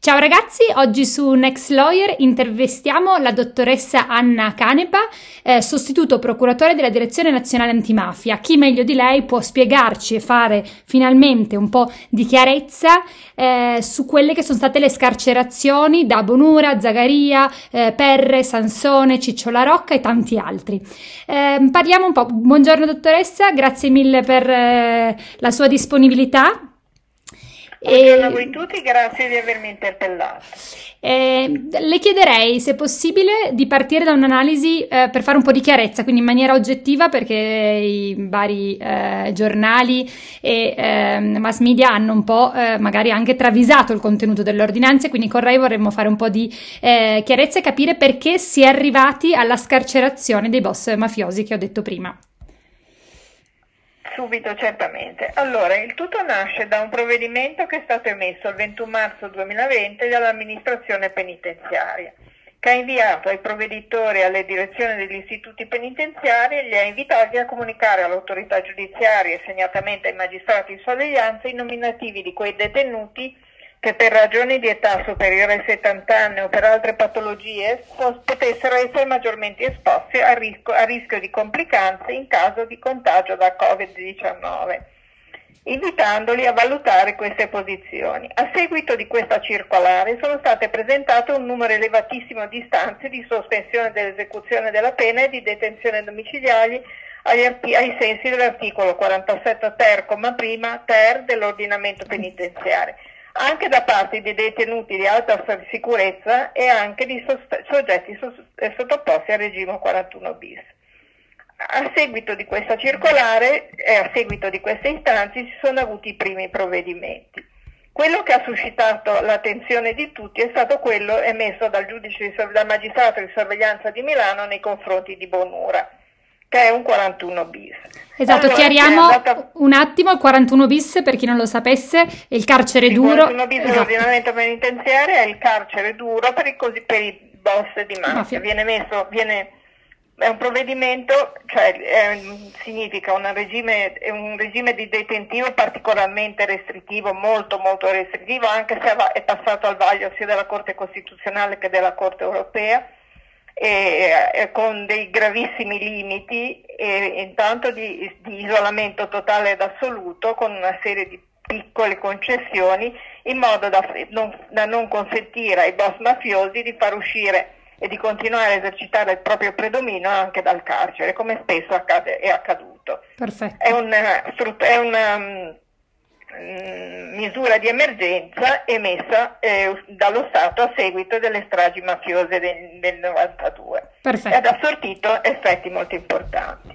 Ciao ragazzi, oggi su Next Lawyer intervistiamo la dottoressa Anna Canepa, sostituto procuratore della Direzione Nazionale Antimafia. Chi meglio di lei può spiegarci e fare finalmente un po' di chiarezza su quelle che sono state le scarcerazioni da Bonura, Zagaria, Perre, Sansone, Ciccio La Rocca e tanti altri. Parliamo un po'. Buongiorno dottoressa, grazie mille per la sua disponibilità. Buongiorno a voi tutti, grazie di avermi interpellato. Le chiederei, se possibile, di partire da un'analisi per fare un po' di chiarezza, quindi in maniera oggettiva, perché i vari giornali e mass media hanno un po' magari anche travisato il contenuto delle ordinanze, quindi con lei vorremmo fare un po' di chiarezza e capire perché si è arrivati alla scarcerazione dei boss mafiosi che ho detto prima. Subito, certamente. Allora, il tutto nasce da un provvedimento che è stato emesso il 21 marzo 2020 dall'amministrazione penitenziaria, che ha inviato ai provveditori e alle direzioni degli istituti penitenziari e li ha invitati a comunicare all'autorità giudiziaria e segnatamente ai magistrati di sorveglianza i nominativi di quei detenuti che per ragioni di età superiore ai 70 anni o per altre patologie potessero essere maggiormente esposti a rischio di complicanze in caso di contagio da Covid-19, invitandoli a valutare queste posizioni. A seguito di questa circolare sono state presentate un numero elevatissimo di istanze di sospensione dell'esecuzione della pena e di detenzione domiciliari ai sensi dell'articolo 47 ter, comma prima ter dell'ordinamento penitenziario, anche da parte dei detenuti di alta sicurezza e anche di soggetti sottoposti al regime 41 bis. A seguito di questa circolare e a seguito di queste istanze si sono avuti i primi provvedimenti. Quello che ha suscitato l'attenzione di tutti è stato quello emesso dal magistrato di sorveglianza di Milano nei confronti di Bonura, che è un 41 bis. Esatto, allora, chiariamo un attimo, il 41 bis, per chi non lo sapesse, è il carcere duro. Il 41 bis dell'ordinamento penitenziario è il carcere duro per i boss di mafia. È un provvedimento, significa un regime di detentivo particolarmente restrittivo, molto molto restrittivo, anche se è passato al vaglio sia della Corte Costituzionale che della Corte Europea, e con dei gravissimi limiti, e intanto di isolamento totale ed assoluto, con una serie di piccole concessioni, in modo da non consentire ai boss mafiosi di far uscire e di continuare a esercitare il proprio predominio anche dal carcere, come spesso è accaduto. Perfetto. È una misura di emergenza emessa dallo Stato a seguito delle stragi mafiose del 92. Perfetto. Ed ha sortito effetti molto importanti.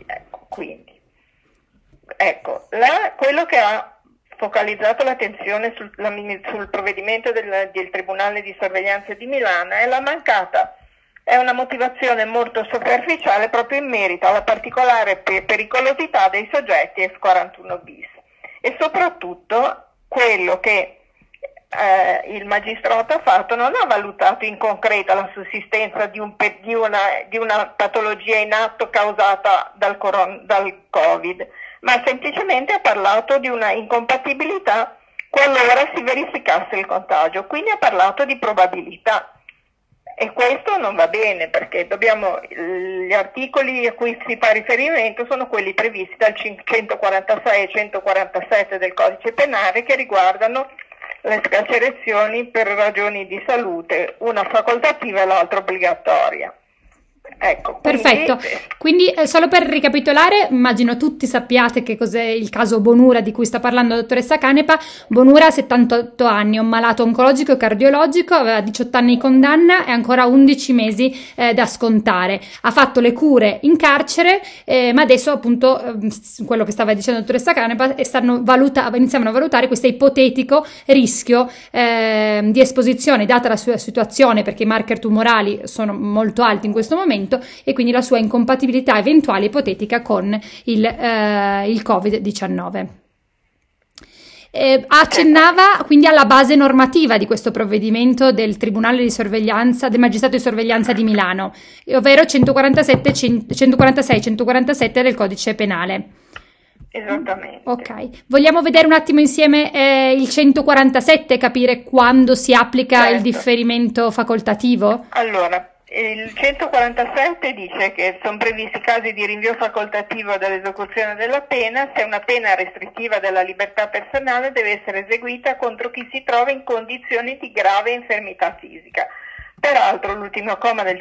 Quello che ha focalizzato l'attenzione sul provvedimento del Tribunale di Sorveglianza di Milano è una motivazione molto superficiale proprio in merito alla particolare pericolosità dei soggetti ex 41 bis. E soprattutto quello che il magistrato ha fatto, non ha valutato in concreto la sussistenza di una patologia in atto causata dal Covid, ma semplicemente ha parlato di una incompatibilità qualora si verificasse il contagio, quindi ha parlato di probabilità. E questo non va bene, perché gli articoli a cui si fa riferimento sono quelli previsti dal 146 e 147 del Codice Penale, che riguardano le scarcerazioni per ragioni di salute, una facoltativa e l'altra obbligatoria. Ecco, perfetto. Quindi solo per ricapitolare, immagino tutti sappiate che cos'è il caso Bonura di cui sta parlando la dottoressa Canepa. Bonura ha 78 anni, un malato oncologico e cardiologico, aveva 18 anni di condanna e ancora 11 mesi da scontare. Ha fatto le cure in carcere, ma adesso appunto quello che stava dicendo la dottoressa Canepa iniziamo a valutare questo ipotetico rischio di esposizione, data la sua situazione, perché i marker tumorali sono molto alti in questo momento, e quindi la sua incompatibilità eventuale ipotetica con il Covid-19. Accennava quindi alla base normativa di questo provvedimento del Tribunale di Sorveglianza, del Magistrato di Sorveglianza di Milano, ovvero 146-147 del Codice Penale. Esattamente. Ok, vogliamo vedere un attimo insieme il 147, capire quando si applica il differimento facoltativo? Allora, il 147 dice che sono previsti casi di rinvio facoltativo dell'esecuzione della pena se una pena restrittiva della libertà personale deve essere eseguita contro chi si trova in condizioni di grave infermità fisica. Peraltro l'ultimo comma del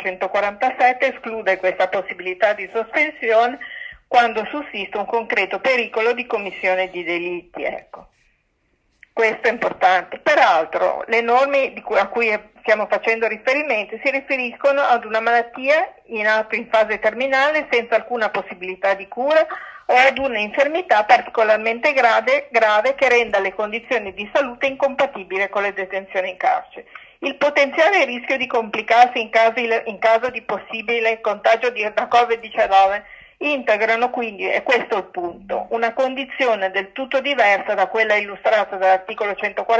147 esclude questa possibilità di sospensione quando sussiste un concreto pericolo di commissione di delitti. Ecco. Questo è importante. Peraltro le norme a cui stiamo facendo riferimento si riferiscono ad una malattia in atto in fase terminale senza alcuna possibilità di cura o ad un'infermità particolarmente grave che renda le condizioni di salute incompatibili con le detenzione in carcere. Il potenziale rischio di complicarsi in caso di possibile contagio da Covid-19 integrano quindi, e questo è il punto, una condizione del tutto diversa da quella illustrata dall'articolo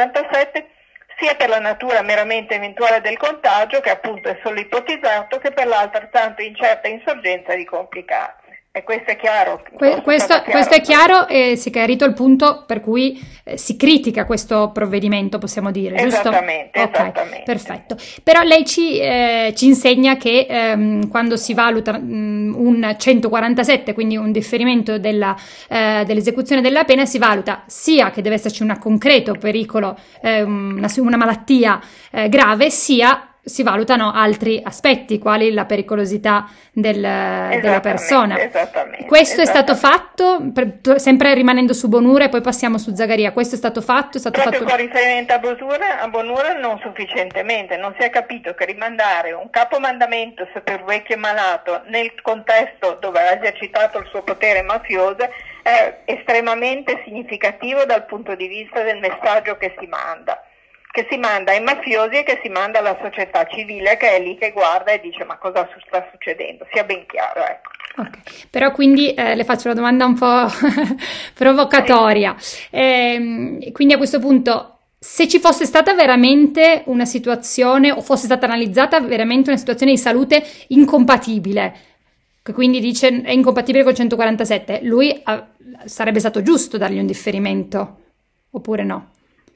147 sia per la natura meramente eventuale del contagio, che appunto è solo ipotizzato, che per l'altrettanto incerta insorgenza di complicarsi. E questo è chiaro? Questo è chiaro e si è chiarito il punto per cui si critica questo provvedimento, possiamo dire, giusto? Esattamente, okay, esattamente. Perfetto. Però lei ci insegna che quando si valuta un 147, quindi un differimento dell'esecuzione della pena, si valuta sia che deve esserci un concreto pericolo, una malattia grave, sia si valutano altri aspetti, quali la pericolosità della persona. Questo è stato fatto, sempre rimanendo su Bonura, e poi passiamo su Zagaria. Questo è stato fatto? Con riferimento a Bonura non sufficientemente. Non si è capito che rimandare un capomandamento per un vecchio malato nel contesto dove ha esercitato il suo potere mafioso è estremamente significativo dal punto di vista del messaggio che si manda ai mafiosi e che si manda alla società civile, che è lì che guarda e dice ma cosa sta succedendo, sia ben chiaro, ecco. Okay. Però quindi le faccio una domanda un po' provocatoria, quindi a questo punto, se ci fosse stata veramente una situazione, o fosse stata analizzata veramente una situazione di salute incompatibile, che quindi dice è incompatibile col 147, lui sarebbe stato giusto dargli un differimento, oppure no?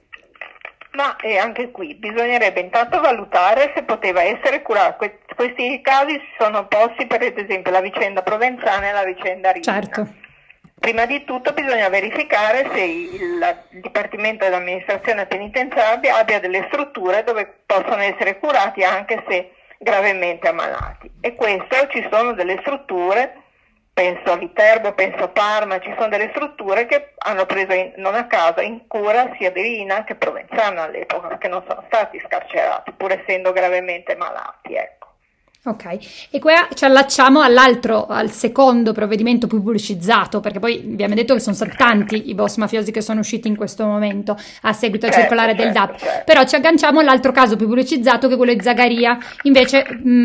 Ma anche qui bisognerebbe intanto valutare se poteva essere curato. Questi casi si sono posti per esempio la vicenda Provenzano e la vicenda Riina. Certo. Prima di tutto bisogna verificare se il Dipartimento dell'Amministrazione Penitenziaria abbia delle strutture dove possono essere curati anche se gravemente ammalati. E questo ci sono delle strutture, penso a Viterbo, penso a Parma, ci sono delle strutture che hanno preso non a caso in cura sia di Riina che Provenzano all'epoca, perché non sono stati scarcerati pur essendo gravemente malati, ecco. Ok, e qua ci allacciamo al secondo provvedimento pubblicizzato, perché poi abbiamo detto che sono stati tanti i boss mafiosi che sono usciti in questo momento a seguito al circolare del DAP, però ci agganciamo all'altro caso pubblicizzato, che è quello di Zagaria, invece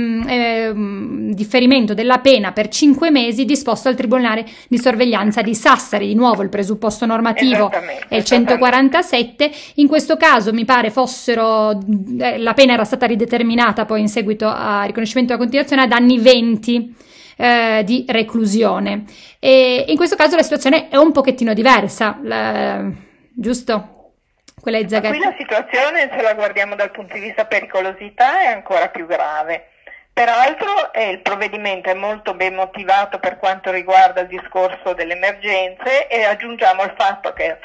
differimento della pena per 5 mesi disposto al Tribunale di Sorveglianza di Sassari. Di nuovo il presupposto normativo è il 147, in questo caso mi pare la pena era stata rideterminata poi in seguito a riconoscimento a continuazione ad anni 20 di reclusione, e in questo caso la situazione è un pochettino diversa, giusto? Quella di Zagaria. Qui la situazione, se la guardiamo dal punto di vista pericolosità, è ancora più grave. Peraltro il provvedimento è molto ben motivato per quanto riguarda il discorso delle emergenze, e aggiungiamo il fatto che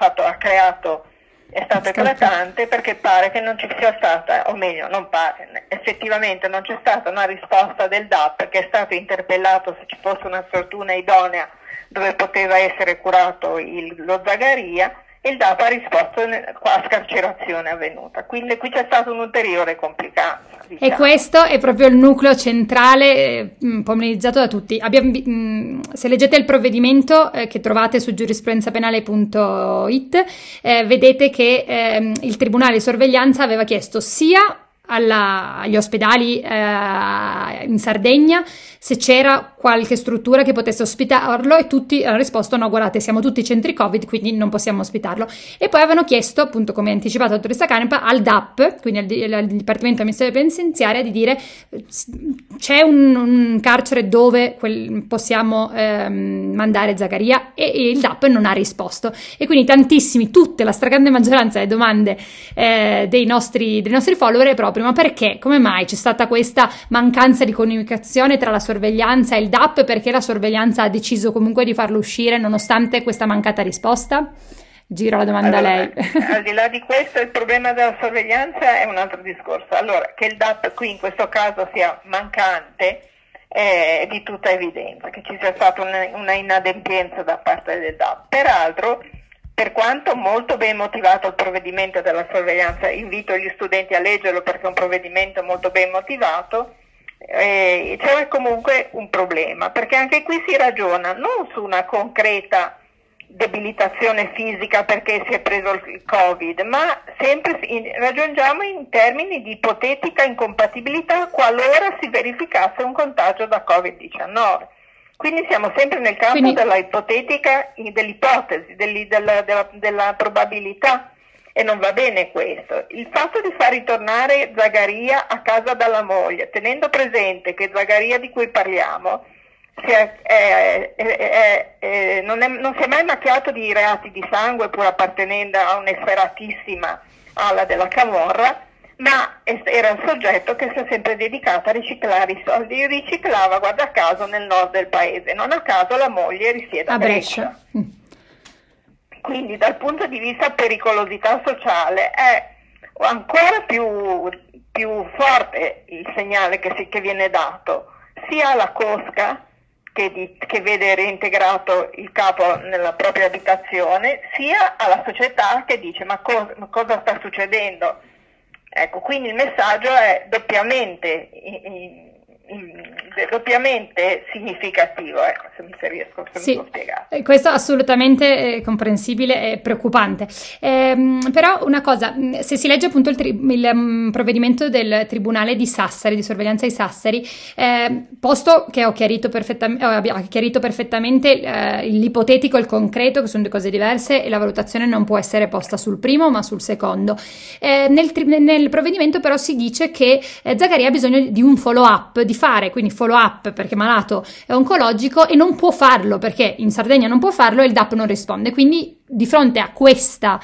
è stato eclatante, perché pare che non ci sia stata, o meglio non pare, effettivamente non c'è stata una risposta del DAP, che è stato interpellato se ci fosse una struttura idonea dove poteva essere curato lo Zagaria, e il DAP ha risposto a scarcerazione avvenuta. Quindi qui c'è stata un'ulteriore complicanza. Diciamo. E questo è proprio il nucleo centrale, polemizzato da tutti. Se leggete il provvedimento che trovate su giurisprudenzapenale.it, vedete che il Tribunale di Sorveglianza aveva chiesto sia agli ospedali in Sardegna se c'era qualche struttura che potesse ospitarlo, e tutti hanno risposto no, guardate, siamo tutti centri Covid, quindi non possiamo ospitarlo. E poi avevano chiesto, appunto, come ha anticipato la dottoressa Canepa, al DAP, quindi al Dipartimento Amministrazione Penitenziaria, di dire c'è un carcere dove possiamo mandare Zagaria, e il DAP non ha risposto. E quindi tutte, la stragrande maggioranza delle domande dei nostri follower è proprio: ma perché? Come mai c'è stata questa mancanza di comunicazione tra la sorveglianza e il DAP? Perché la sorveglianza ha deciso comunque di farlo uscire nonostante questa mancata risposta? Giro la domanda a lei. Al di là di questo, il problema della sorveglianza è un altro discorso. Allora, che il DAP qui in questo caso sia mancante è di tutta evidenza, che ci sia stata una inadempienza da parte del DAP. Peraltro, per quanto molto ben motivato il provvedimento della sorveglianza, invito gli studenti a leggerlo perché è un provvedimento molto ben motivato, c'è comunque un problema, perché anche qui si ragiona non su una concreta debilitazione fisica perché si è preso il Covid, ma sempre ragioniamo in termini di ipotetica incompatibilità qualora si verificasse un contagio da Covid-19. Quindi siamo sempre nel campo della ipotetica, dell'ipotesi, della probabilità, e non va bene questo. Il fatto di far ritornare Zagaria a casa dalla moglie, tenendo presente che Zagaria di cui parliamo non si è mai macchiato di reati di sangue, pur appartenendo a un'efferatissima ala della camorra, ma era un soggetto che si è sempre dedicato a riciclare i soldi. Riciclava, guarda caso, nel nord del paese, non a caso la moglie risiede a Brescia. Quindi dal punto di vista pericolosità sociale è ancora più forte il segnale che viene dato sia alla cosca, che vede reintegrato il capo nella propria abitazione, sia alla società che dice ma cosa sta succedendo? Ecco, quindi il messaggio è doppiamente significativo, ecco, se mi riesco a spiegare. Questo è assolutamente comprensibile e preoccupante. Però una cosa, se si legge appunto il provvedimento del Tribunale di Sassari, di sorveglianza di Sassari, posto che ho chiarito perfettamente l'ipotetico e il concreto, che sono due cose diverse, e la valutazione non può essere posta sul primo ma sul secondo. Nel provvedimento però si dice che Zagaria ha bisogno di un follow up, di fare quindi follow up perché malato è oncologico, e non può farlo perché in Sardegna non può farlo e il DAP non risponde. Quindi di fronte a questa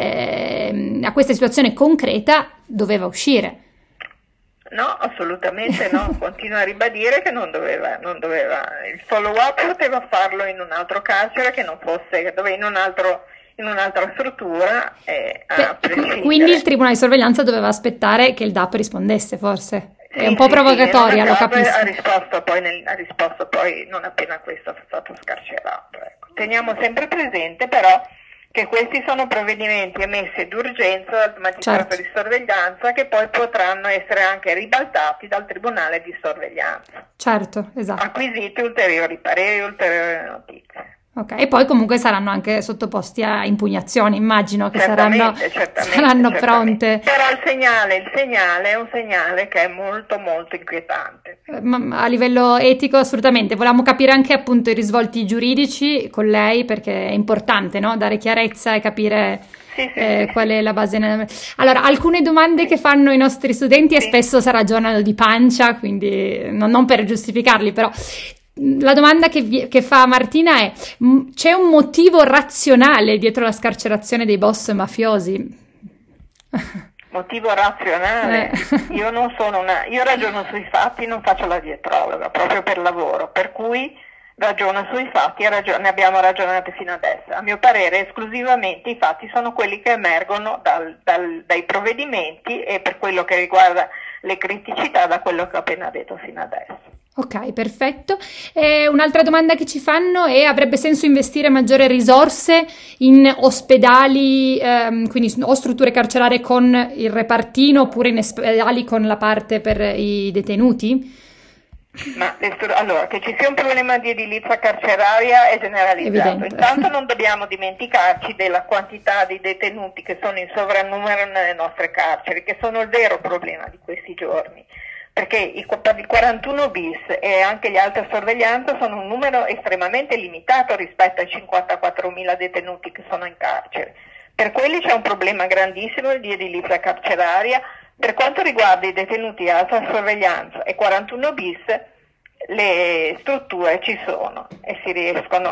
situazione concreta doveva uscire. No, assolutamente no, continuo a ribadire che non doveva, il follow up poteva farlo in un altro carcere che non fosse, in un'altra struttura, quindi il tribunale di sorveglianza doveva aspettare che il DAP rispondesse, forse. È un po' provocatoria, lo capisco. Ha risposto poi non appena questo è stato scarcerato. Ecco. Teniamo sempre presente però che questi sono provvedimenti emessi d'urgenza dal magistrato di sorveglianza, che poi potranno essere anche ribaltati dal tribunale di sorveglianza. Certo, esatto. Acquisiti ulteriori pareri, ulteriori notizie. Ok, e poi comunque saranno anche sottoposti a impugnazioni, immagino che saranno pronte. Però il segnale è un segnale che è molto molto inquietante. Ma a livello etico assolutamente. Volevamo capire anche appunto i risvolti giuridici con lei, perché è importante, no? Dare chiarezza e capire qual è la base. Allora, alcune domande che fanno i nostri studenti e spesso si ragionano di pancia, quindi non per giustificarli, però la domanda che fa Martina è: c'è un motivo razionale dietro la scarcerazione dei boss mafiosi? Motivo razionale? Io non sono io ragiono sui fatti, non faccio la dietrologa, proprio per lavoro, per cui ragiono sui fatti e ne abbiamo ragionato fino adesso. A mio parere esclusivamente i fatti sono quelli che emergono dai provvedimenti, e per quello che riguarda le criticità da quello che ho appena detto fino adesso. Ok, perfetto. Un'altra domanda che ci fanno è: avrebbe senso investire maggiori risorse in ospedali, quindi o strutture carcerarie con il repartino, oppure in ospedali con la parte per i detenuti? Allora, che ci sia un problema di edilizia carceraria è generalizzato. Evidente. Intanto non dobbiamo dimenticarci della quantità di detenuti che sono in sovrannumero nelle nostre carceri, che sono il vero problema di questi giorni. Perché il 41 bis e anche gli altri sorveglianza sono un numero estremamente limitato rispetto ai 54.000 detenuti che sono in carcere. Per quelli c'è un problema grandissimo di edilizia carceraria. Per quanto riguarda i detenuti a alta sorveglianza e 41 bis, le strutture ci sono e si riescono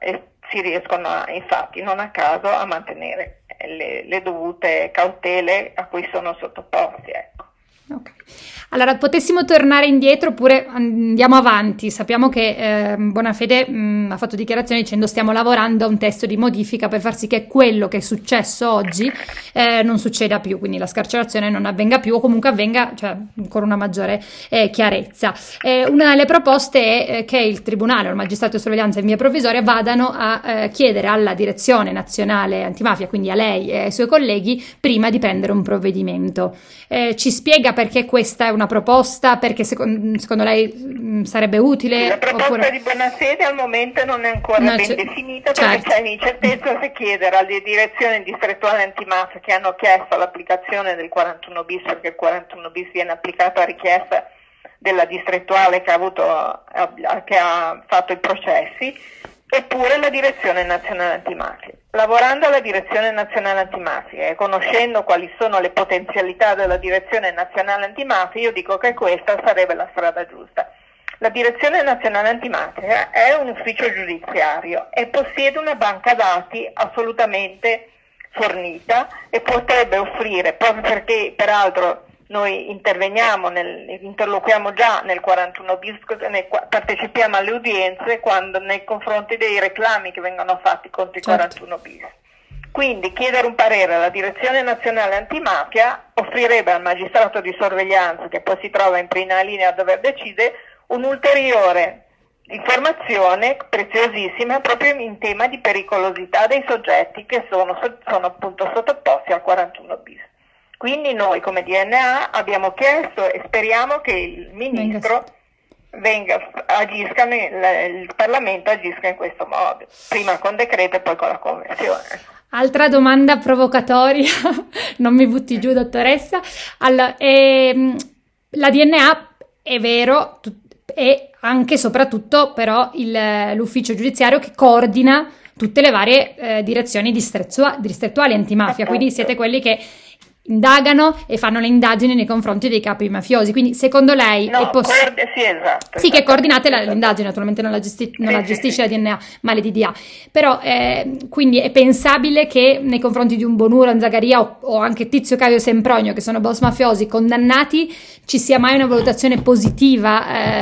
infatti non a caso a mantenere le dovute cautele a cui sono sottoposti, ecco. Ok. Allora, potessimo tornare indietro oppure andiamo avanti. Sappiamo che Bonafede ha fatto dichiarazioni dicendo stiamo lavorando a un testo di modifica per far sì che quello che è successo oggi non succeda più, quindi la scarcerazione non avvenga più o comunque avvenga con una maggiore chiarezza. Una delle proposte è che il Tribunale o il Magistrato di Sorveglianza in via provvisoria vadano a chiedere alla Direzione Nazionale Antimafia, quindi a lei e ai suoi colleghi, prima di prendere un provvedimento. Ci spiega perché questa è una proposta, perché secondo lei sarebbe utile? La proposta oppure... di Bonafede al momento non è ancora ben definita, perché c'è l'incertezza se chiedere alle direzioni distrettuali antimafia che hanno chiesto l'applicazione del 41 bis, perché il 41 bis viene applicato a richiesta della distrettuale che ha fatto i processi, eppure la Direzione Nazionale Antimafia. Lavorando alla Direzione Nazionale Antimafia e conoscendo quali sono le potenzialità della Direzione Nazionale Antimafia, io dico che questa sarebbe la strada giusta. La Direzione Nazionale Antimafia è un ufficio giudiziario e possiede una banca dati assolutamente fornita e potrebbe offrire, proprio perché peraltro noi interloquiamo già nel 41 bis, partecipiamo alle udienze nei confronti dei reclami che vengono fatti contro il 41 bis. Quindi chiedere un parere alla Direzione Nazionale Antimafia offrirebbe al magistrato di sorveglianza, che poi si trova in prima linea a dover decidere, un'ulteriore informazione preziosissima proprio in tema di pericolosità dei soggetti che sono appunto sottoposti al 41 bis. Quindi noi come DNA abbiamo chiesto e speriamo che il Ministro il Parlamento agisca in questo modo, prima con decreto e poi con la conversione. Altra domanda provocatoria, non mi butti giù, dottoressa. Allora, la DNA è vero, è anche e soprattutto però l'ufficio giudiziario che coordina tutte le varie direzioni distrettuali antimafia, quindi siete quelli che indagano e fanno le indagini nei confronti dei capi mafiosi, quindi secondo lei è possibile? Sì, esatto. Sì, che coordinate l'indagine, naturalmente non la gestisce la DNA, ma le DDA, però quindi è pensabile che nei confronti di un Bonura, un Zagaria o anche Tizio Caio Sempronio, che sono boss mafiosi condannati, ci sia mai una valutazione positiva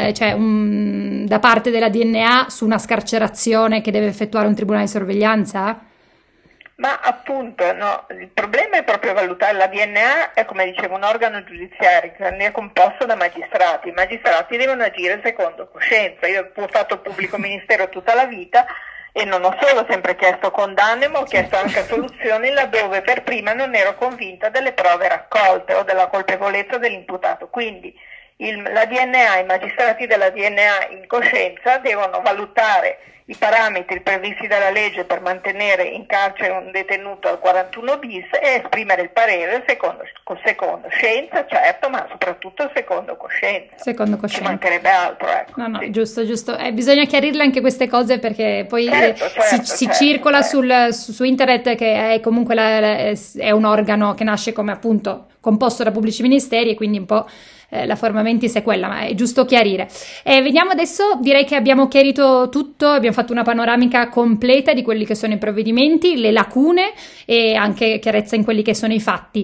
da parte della DNA su una scarcerazione che deve effettuare un tribunale di sorveglianza? Ma appunto, no, il problema è proprio valutare. La DNA è, come dicevo, un organo giudiziario che è composto da magistrati. I magistrati devono agire secondo coscienza. Io ho fatto pubblico ministero tutta la vita e non ho solo sempre chiesto condanne, ma ho chiesto anche soluzioni laddove per prima non ero convinta delle prove raccolte o della colpevolezza dell'imputato. Quindi la DNA, i magistrati della DNA in coscienza devono valutare i parametri previsti dalla legge per mantenere in carcere un detenuto al 41 bis e esprimere il parere secondo scienza, certo, ma soprattutto secondo coscienza. Ci mancherebbe altro, ecco. No, sì. Giusto. Bisogna chiarirle anche queste cose, perché poi si circola su internet che è comunque è un organo che nasce come appunto composto da pubblici ministeri e quindi un po' la forma mentis è quella, ma è giusto chiarire. Vediamo adesso, direi che abbiamo chiarito tutto, abbiamo fatto una panoramica completa di quelli che sono i provvedimenti, le lacune e anche chiarezza in quelli che sono i fatti.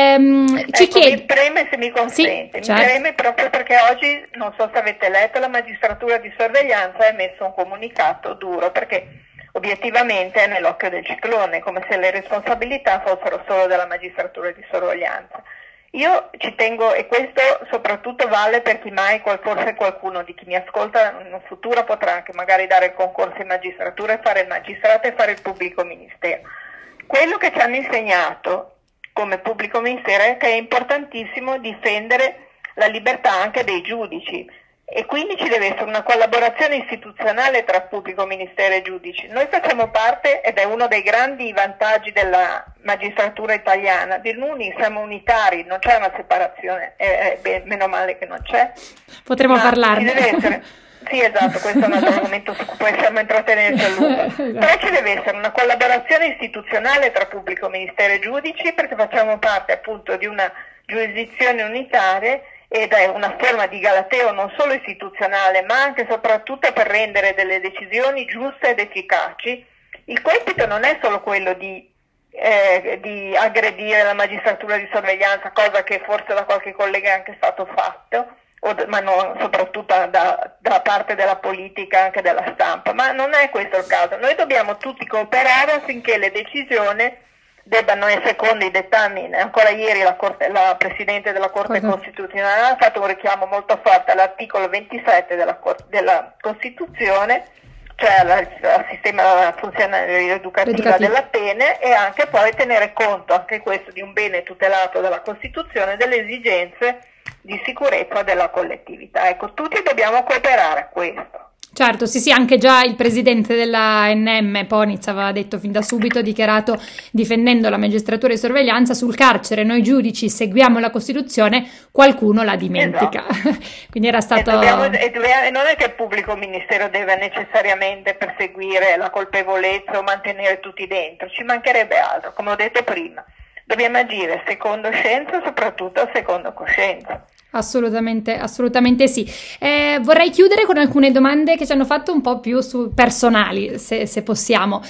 Mi preme, se mi consente, certo. Mi preme proprio perché oggi, non so se avete letto, la magistratura di sorveglianza ha emesso un comunicato duro, perché obiettivamente è nell'occhio del ciclone, come se le responsabilità fossero solo della magistratura di sorveglianza. Io ci tengo, e questo soprattutto vale per chi mai, forse qualcuno di chi mi ascolta in futuro potrà anche magari dare il concorso in magistratura e fare il magistrato e fare il pubblico ministero. Quello che ci hanno insegnato come pubblico ministero è che è importantissimo difendere la libertà anche dei giudici. e quindi ci deve essere una collaborazione istituzionale tra pubblico ministero e giudici. Noi facciamo parte, ed è uno dei grandi vantaggi della magistratura italiana, siamo unitari, non c'è una separazione, meno male che non c'è. Potremmo parlarne. Ci deve essere, sì, esatto, questo è un altro argomento su cui possiamo intrattenerci a lungo. Però ci deve essere una collaborazione istituzionale tra pubblico ministero e giudici, perché facciamo parte appunto di una giurisdizione unitaria, ed è una forma di galateo non solo istituzionale, ma anche e soprattutto per rendere delle decisioni giuste ed efficaci. Il compito non è solo quello di aggredire la magistratura di sorveglianza, cosa che forse da qualche collega è anche stato fatto, ma non soprattutto da parte della politica, anche della stampa, ma non è questo il caso. Noi dobbiamo tutti cooperare affinché le decisioni debbano essere secondo i dettami. Ancora ieri la Presidente della Corte Costituzionale ha fatto un richiamo molto forte all'articolo 27 della Costituzione, cioè al sistema funzionale educativa della pena, e anche poi tenere conto, anche questo, di un bene tutelato dalla Costituzione, delle esigenze di sicurezza della collettività. Ecco, tutti dobbiamo cooperare a questo. Certo, sì, anche già il presidente della ANM, Poniz, aveva detto fin da subito, ha dichiarato, difendendo la magistratura di sorveglianza, sul carcere noi giudici seguiamo la Costituzione, qualcuno la dimentica. Esatto. Quindi era stato... E non è che il pubblico ministero deve necessariamente perseguire la colpevolezza o mantenere tutti dentro, ci mancherebbe altro, come ho detto prima. Dobbiamo agire secondo scienza, soprattutto secondo coscienza. Assolutamente sì. Vorrei chiudere con alcune domande che ci hanno fatto un po' più personali, se possiamo.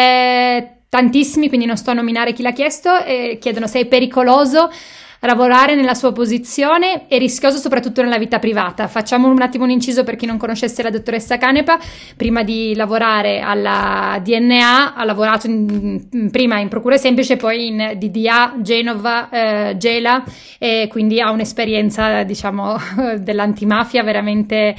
Tantissimi, quindi non sto a nominare chi l'ha chiesto, chiedono se è pericoloso lavorare nella sua posizione e rischioso soprattutto nella vita privata. Facciamo un attimo un inciso per chi non conoscesse la dottoressa Canepa. Prima di lavorare alla DNA ha lavorato prima in Procura Semplice, poi in DDA, Genova, Gela, e quindi ha un'esperienza, diciamo, dell'antimafia veramente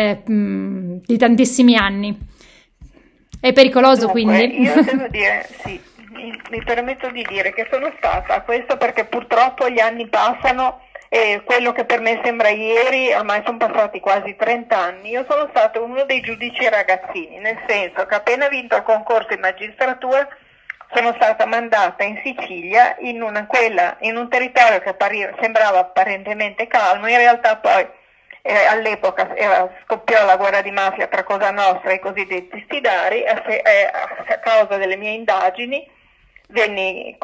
di tantissimi anni. È pericoloso. Dunque, quindi? Io devo dire, sì. Mi permetto di dire che sono stata, questo perché purtroppo gli anni passano e quello che per me sembra ieri, ormai sono passati quasi 30 anni, io sono stata uno dei giudici ragazzini, nel senso che appena vinto il concorso in magistratura sono stata mandata in Sicilia, in un territorio che sembrava apparentemente calmo, in realtà poi all'epoca scoppiò la guerra di mafia tra Cosa Nostra e i cosiddetti stidari, a causa delle mie indagini venne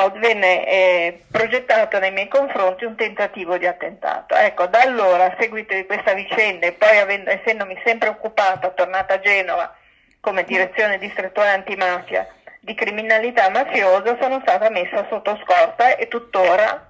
progettato nei miei confronti un tentativo di attentato. Ecco, da allora, a seguito di questa vicenda e poi essendomi sempre occupata, tornata a Genova come direzione distrettuale antimafia di criminalità mafiosa, sono stata messa sotto scorta e tuttora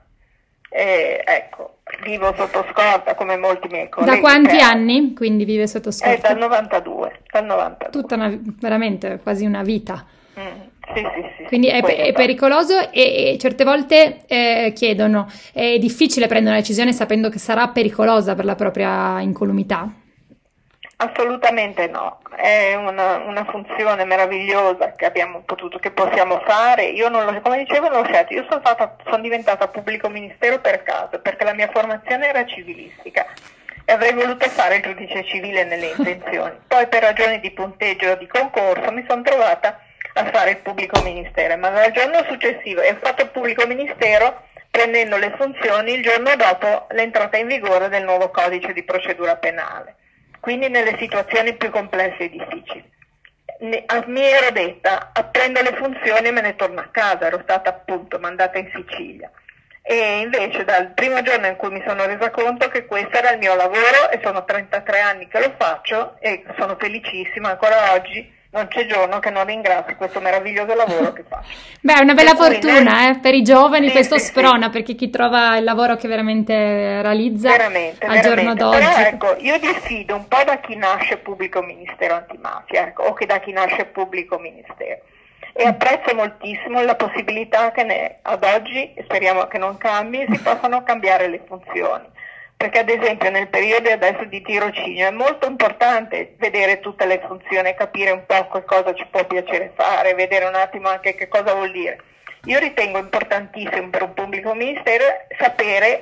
vivo sotto scorta come molti miei colleghi. Da quanti anni quindi vive sotto scorta? Dal 92. Tutta veramente quasi una vita. Sì. Quindi è pericoloso e certe volte chiedono, è difficile prendere una decisione sapendo che sarà pericolosa per la propria incolumità? Assolutamente no, è una funzione meravigliosa che possiamo fare. Io come dicevo non l'ho scelto, io sono diventata pubblico ministero per caso, perché la mia formazione era civilistica e avrei voluto fare il giudice civile nelle intenzioni. Poi per ragioni di punteggio di concorso mi sono trovata a fare il pubblico ministero, ma dal giorno successivo ho fatto il pubblico ministero prendendo le funzioni il giorno dopo l'entrata in vigore del nuovo codice di procedura penale, quindi nelle situazioni più complesse e difficili. Mi ero detta, prendo le funzioni e me ne torno a casa, ero stata appunto mandata in Sicilia. E invece dal primo giorno in cui mi sono resa conto che questo era il mio lavoro, e sono 33 anni che lo faccio e sono felicissima, ancora oggi non c'è giorno che non ringrazi questo meraviglioso lavoro che faccio. Beh, è una bella fortuna per i giovani, questo sprona, perché chi trova il lavoro che veramente realizza al giorno d'oggi. Però ecco, io diffido un po' da chi nasce pubblico ministero antimafia, o che da chi nasce pubblico ministero. E apprezzo moltissimo la possibilità che ad oggi, speriamo che non cambi, si possano cambiare le funzioni. Perché ad esempio nel periodo adesso di tirocinio è molto importante vedere tutte le funzioni, capire un po' che cosa ci può piacere fare, vedere un attimo anche che cosa vuol dire. Io ritengo importantissimo per un pubblico ministero sapere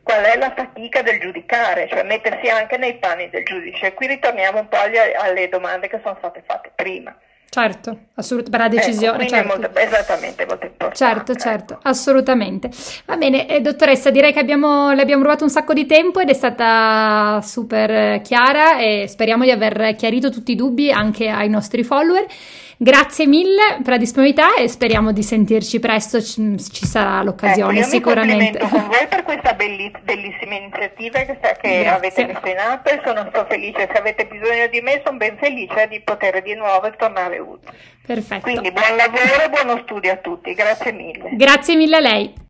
qual è la fatica del giudicare, cioè mettersi anche nei panni del giudice. Qui ritorniamo un po' alle domande che sono state fatte prima. Certo, assolutamente, per la decisione. Ecco, certo. È molto, esattamente, molto importante. Certo, ecco. Assolutamente. Va bene, dottoressa, direi che le abbiamo rubato un sacco di tempo ed è stata super chiara e speriamo di aver chiarito tutti i dubbi anche ai nostri follower. Grazie mille per la disponibilità e speriamo di sentirci presto, ci sarà l'occasione, io sicuramente. Mi complimento con voi per questa bellissima iniziativa che avete messo in atto e sono felice. Se avete bisogno di me, sono ben felice di poter di nuovo tornare utile. Perfetto. Quindi buon lavoro e buono studio a tutti, grazie mille. Grazie mille a lei.